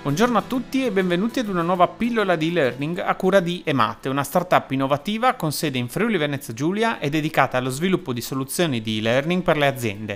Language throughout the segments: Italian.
Buongiorno a tutti e benvenuti ad una nuova pillola di e-learning a cura di Emate, una startup innovativa con sede in Friuli Venezia Giulia e dedicata allo sviluppo di soluzioni di e-learning per le aziende.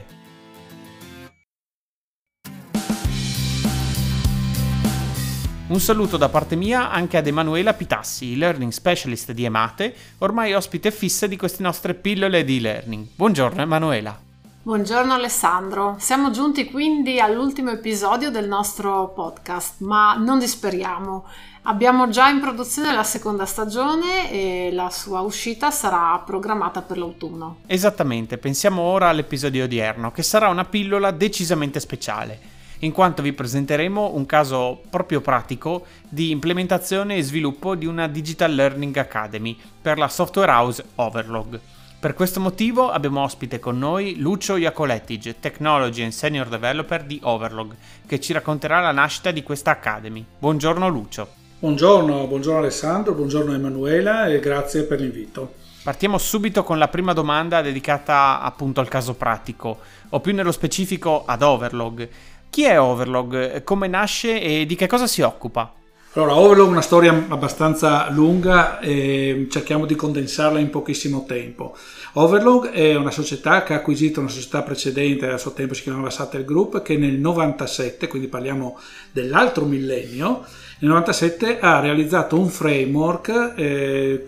Un saluto da parte mia anche ad Emanuela Pitassi, e-learning specialist di Emate, ormai ospite fissa di queste nostre pillole di e-learning. Buongiorno Emanuela. Buongiorno Alessandro, siamo giunti quindi all'ultimo episodio del nostro podcast, ma non disperiamo. Abbiamo già in produzione la seconda stagione e la sua uscita sarà programmata per l'autunno. Esattamente, pensiamo ora all'episodio odierno, che sarà una pillola decisamente speciale, in quanto vi presenteremo un caso proprio pratico di implementazione e sviluppo di una Digital Learning Academy per la software house Overlog. Per questo motivo abbiamo ospite con noi Lucio Iacolettige, Technology and Senior Developer di Overlog, che ci racconterà la nascita di questa Academy. Buongiorno Lucio. Buongiorno Alessandro, buongiorno Emanuela e grazie per l'invito. Partiamo subito con la prima domanda dedicata appunto al caso pratico, o più nello specifico ad Overlog. Chi è Overlog? Come nasce e di che cosa si occupa? Allora, Overlog è una storia abbastanza lunga e cerchiamo di condensarla in pochissimo tempo. Overlog è una società che ha acquisito una società precedente, a suo tempo si chiamava Satel Group, che nel 97, quindi parliamo dell'altro millennio, nel 97 ha realizzato un framework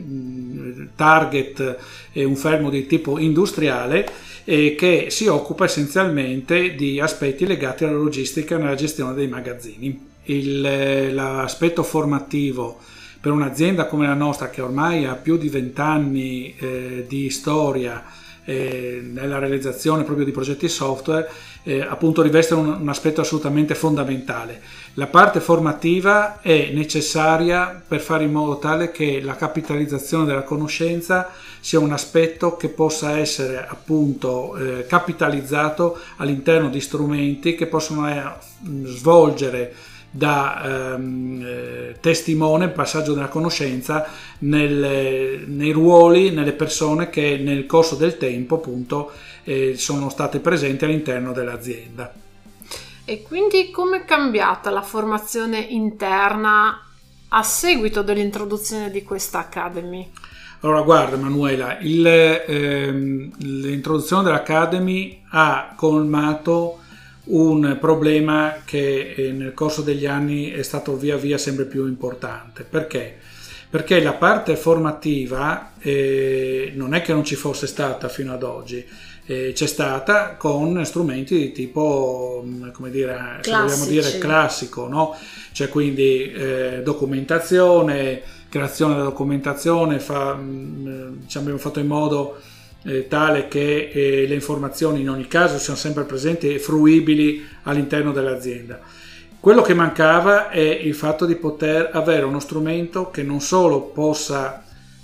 come target, un framework di tipo industriale che si occupa essenzialmente di aspetti legati alla logistica e alla gestione dei magazzini. L'aspetto formativo per un'azienda come la nostra, che ormai ha più di 20 anni di storia nella realizzazione proprio di progetti software, appunto riveste un aspetto assolutamente fondamentale. La parte formativa è necessaria per fare in modo tale che la capitalizzazione della conoscenza sia un aspetto che possa essere appunto capitalizzato all'interno di strumenti che possono svolgere da testimone, passaggio della conoscenza nei ruoli, nelle persone che nel corso del tempo appunto sono state presenti all'interno dell'azienda. E quindi come è cambiata la formazione interna a seguito dell'introduzione di questa Academy? Allora guarda Manuela, l'introduzione dell'Academy ha colmato un problema che nel corso degli anni è stato via via sempre più importante. Perché? Perché la parte formativa non è che non ci fosse stata fino ad oggi, c'è stata con strumenti di tipo, come dire, se vogliamo dire classico, no? Cioè quindi documentazione, creazione della documentazione, abbiamo fatto in modo tale che le informazioni in ogni caso siano sempre presenti e fruibili all'interno dell'azienda. Quello che mancava è il fatto di poter avere uno strumento che non solo possa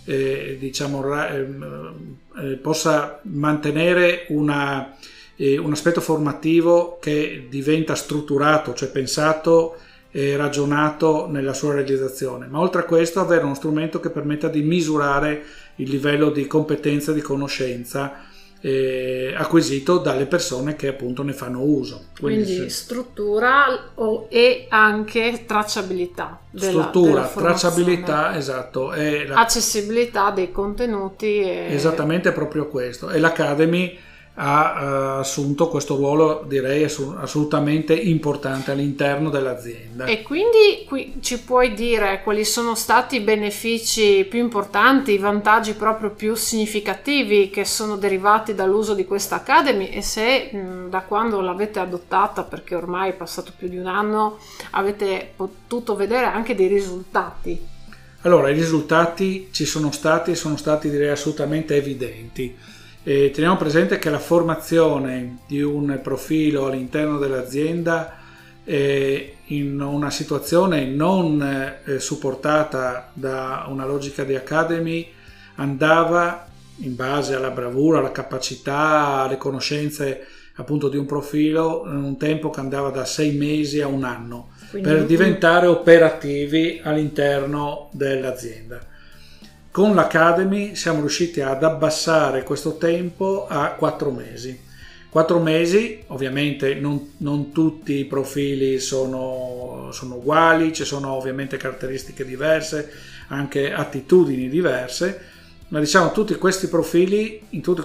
possa mantenere un aspetto formativo che diventa strutturato, cioè pensato e ragionato nella sua realizzazione, ma oltre a questo avere uno strumento che permetta di misurare il livello di competenza e di conoscenza acquisito dalle persone che appunto ne fanno uso. Quindi struttura e anche tracciabilità della tracciabilità, esatto, e accessibilità dei contenuti esattamente proprio questo. E l'Academy ha assunto questo ruolo, direi assolutamente importante all'interno dell'azienda. E quindi qui ci puoi dire quali sono stati i benefici più importanti, i vantaggi proprio più significativi che sono derivati dall'uso di questa Academy, e se da quando l'avete adottata, perché ormai è passato più di un anno, avete potuto vedere anche dei risultati? Allora, i risultati ci sono stati direi assolutamente evidenti. Teniamo presente che la formazione di un profilo all'interno dell'azienda in una situazione non supportata da una logica di Academy andava in base alla bravura, alla capacità, alle conoscenze appunto di un profilo in un tempo che andava da 6 mesi a un anno. Quindi per diventare operativi all'interno dell'azienda. Con l'Academy siamo riusciti ad abbassare questo tempo a 4 mesi. 4 mesi, ovviamente non tutti i profili sono uguali, ci sono ovviamente caratteristiche diverse, anche attitudini diverse, ma diciamo in tutti questi profili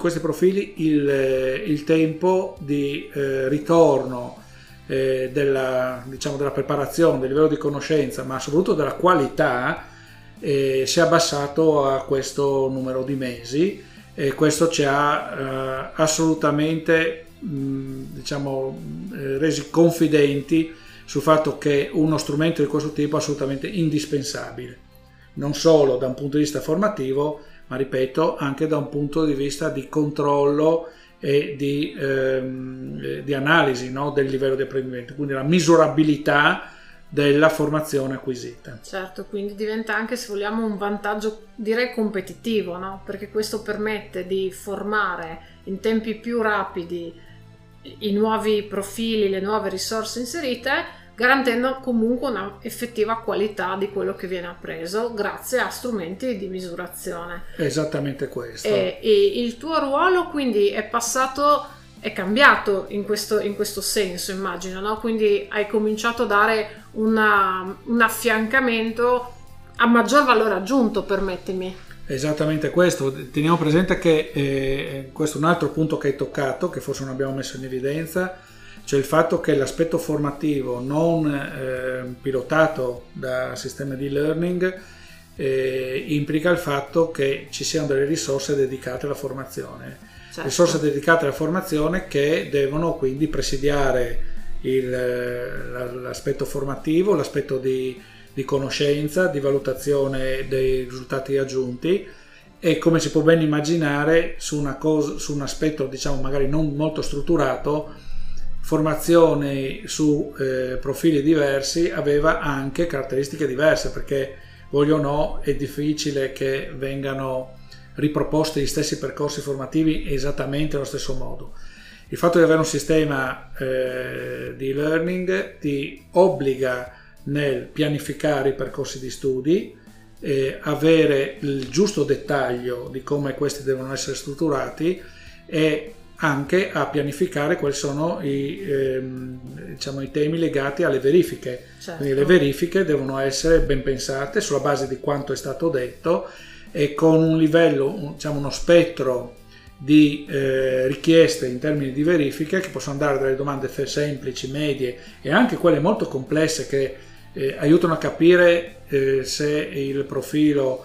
il tempo di ritorno della preparazione, del livello di conoscenza, ma soprattutto della qualità, si è abbassato a questo numero di mesi, e questo ci ha assolutamente resi confidenti sul fatto che uno strumento di questo tipo è assolutamente indispensabile, non solo da un punto di vista formativo, ma ripeto anche da un punto di vista di controllo e di analisi, no, del livello di apprendimento, quindi la misurabilità della formazione acquisita. Certo, quindi diventa anche, se vogliamo, un vantaggio, direi, competitivo, no? Perché questo permette di formare in tempi più rapidi i nuovi profili, le nuove risorse inserite, garantendo comunque una effettiva qualità di quello che viene appreso grazie a strumenti di misurazione. Esattamente questo. E il tuo ruolo quindi è cambiato in questo senso, immagino, no? Quindi hai cominciato a dare un affiancamento a maggior valore aggiunto, permettimi. Esattamente questo. Teniamo presente che questo è un altro punto che hai toccato, che forse non abbiamo messo in evidenza, cioè il fatto che l'aspetto formativo non pilotato da sistemi di learning implica il fatto che ci siano delle risorse dedicate alla formazione. Certo. Risorse dedicate alla formazione che devono quindi presidiare l'aspetto formativo, l'aspetto di conoscenza, di valutazione dei risultati aggiunti, e come si può ben immaginare su un aspetto diciamo magari non molto strutturato, formazione su profili diversi aveva anche caratteristiche diverse, perché voglio o no è difficile che vengano riproposti gli stessi percorsi formativi esattamente allo stesso modo. Il fatto di avere un sistema di learning ti obbliga nel pianificare i percorsi di studi, avere il giusto dettaglio di come questi devono essere strutturati e anche a pianificare quali sono i temi legati alle verifiche. Certo. Quindi le verifiche devono essere ben pensate sulla base di quanto è stato detto e con un livello, uno spettro di richieste in termini di verifiche che possono andare dalle domande semplici, medie e anche quelle molto complesse che aiutano a capire se il profilo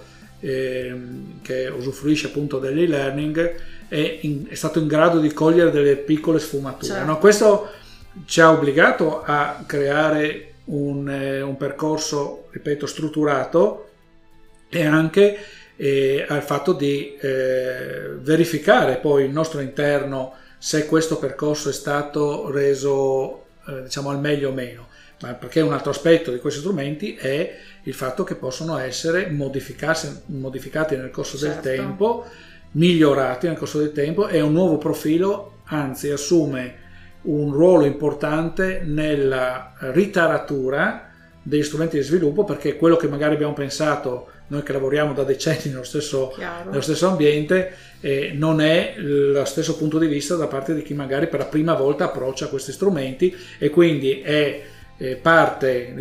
che usufruisce appunto dell'e-learning è stato in grado di cogliere delle piccole sfumature. Certo. No? Questo ci ha obbligato a creare un percorso, ripeto, strutturato, e anche al fatto di verificare poi il nostro interno se questo percorso è stato reso al meglio o meno, ma perché un altro aspetto di questi strumenti è il fatto che possono essere modificati nel corso del tempo, migliorati nel corso del tempo, e un nuovo profilo anzi assume un ruolo importante nella ritaratura degli strumenti di sviluppo, perché quello che magari abbiamo pensato noi che lavoriamo da decenni nello stesso ambiente non è lo stesso punto di vista da parte di chi magari per la prima volta approccia questi strumenti, e quindi parte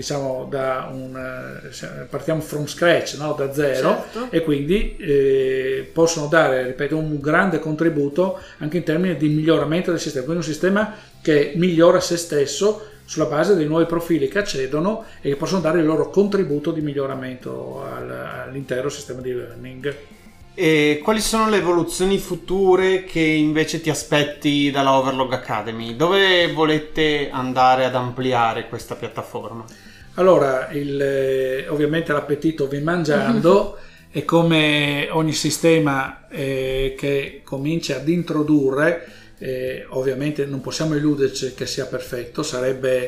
partiamo from scratch, no? Da zero. Certo. E quindi possono dare, ripeto, un grande contributo anche in termini di miglioramento del sistema, quindi un sistema che migliora se stesso sulla base dei nuovi profili che accedono e che possono dare il loro contributo di miglioramento all'intero sistema di learning. E quali sono le evoluzioni future che invece ti aspetti dalla Overlog Academy? Dove volete andare ad ampliare questa piattaforma? Allora, ovviamente l'appetito viene mangiando e come ogni sistema che comincia ad introdurre, ovviamente non possiamo illuderci che sia perfetto, sarebbe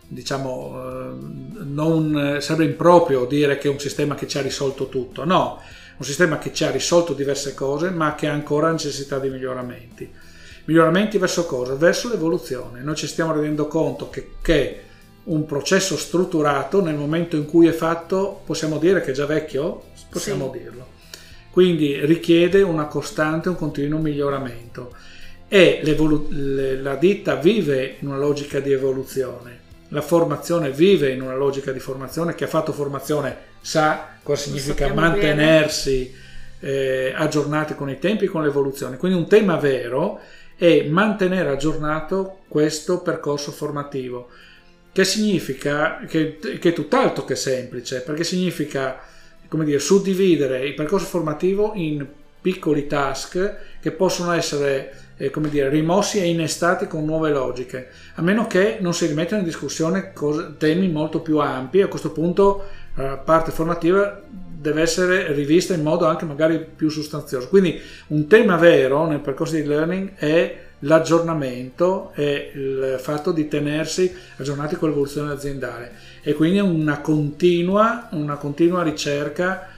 sarebbe improprio dire che è un sistema che ci ha risolto tutto, no, un sistema che ci ha risolto diverse cose ma che ha ancora necessità di miglioramenti. Miglioramenti verso cosa? Verso l'evoluzione. Noi ci stiamo rendendo conto che un processo strutturato nel momento in cui è fatto, possiamo dire che è già vecchio? Possiamo dirlo. Quindi richiede una costante, un continuo miglioramento. e la ditta vive in una logica di evoluzione, la formazione vive in una logica di formazione. Chi ha fatto formazione sa cosa significa mantenersi aggiornati con i tempi e con l'evoluzione. Quindi un tema vero è mantenere aggiornato questo percorso formativo, che significa che è tutt'altro che semplice, perché significa, come dire, suddividere il percorso formativo in piccoli task che possono essere come dire, rimossi e innestati con nuove logiche, a meno che non si rimettano in discussione temi molto più ampi. A questo punto la parte formativa deve essere rivista in modo anche magari più sostanzioso. Quindi un tema vero nel percorso di learning è l'aggiornamento e il fatto di tenersi aggiornati con l'evoluzione aziendale, e quindi una continua ricerca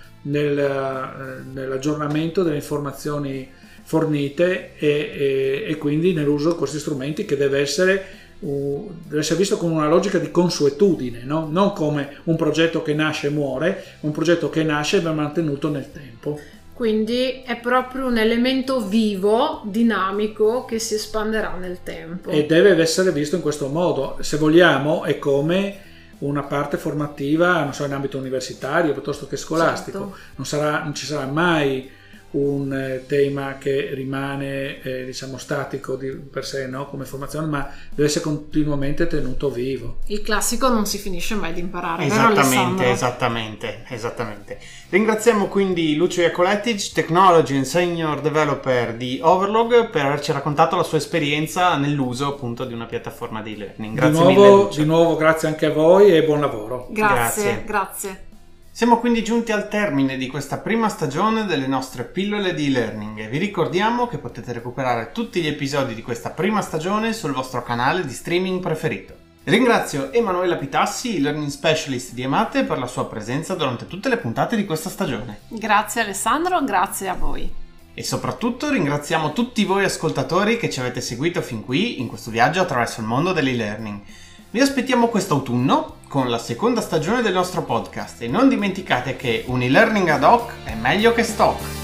nell'aggiornamento delle informazioni fornite e quindi nell'uso di questi strumenti, che deve essere visto con una logica di consuetudine, no? Non come un progetto che nasce e muore, un progetto che nasce e va mantenuto nel tempo. Quindi è proprio un elemento vivo, dinamico, che si espanderà nel tempo. E deve essere visto in questo modo. Se vogliamo, è come una parte formativa, non so, in ambito universitario piuttosto che scolastico. Certo. Non ci sarà mai un tema che rimane diciamo statico per sé, no? Come formazione, ma deve essere continuamente tenuto vivo. Il classico non si finisce mai di imparare. Esattamente. Ringraziamo quindi Lucio Iacoletic, Technology and Senior Developer di Overlog, per averci raccontato la sua esperienza nell'uso appunto di una piattaforma di learning. Grazie mille. Di nuovo grazie anche a voi e buon lavoro. Grazie. Siamo quindi giunti al termine di questa prima stagione delle nostre pillole di e-learning e vi ricordiamo che potete recuperare tutti gli episodi di questa prima stagione sul vostro canale di streaming preferito. Ringrazio Emanuela Pitassi, il Learning Specialist di Emate, per la sua presenza durante tutte le puntate di questa stagione. Grazie Alessandro, grazie a voi. E soprattutto ringraziamo tutti voi ascoltatori che ci avete seguito fin qui in questo viaggio attraverso il mondo dell'e-learning. Vi aspettiamo quest'autunno con la seconda stagione del nostro podcast e non dimenticate che un e-learning ad hoc è meglio che stock.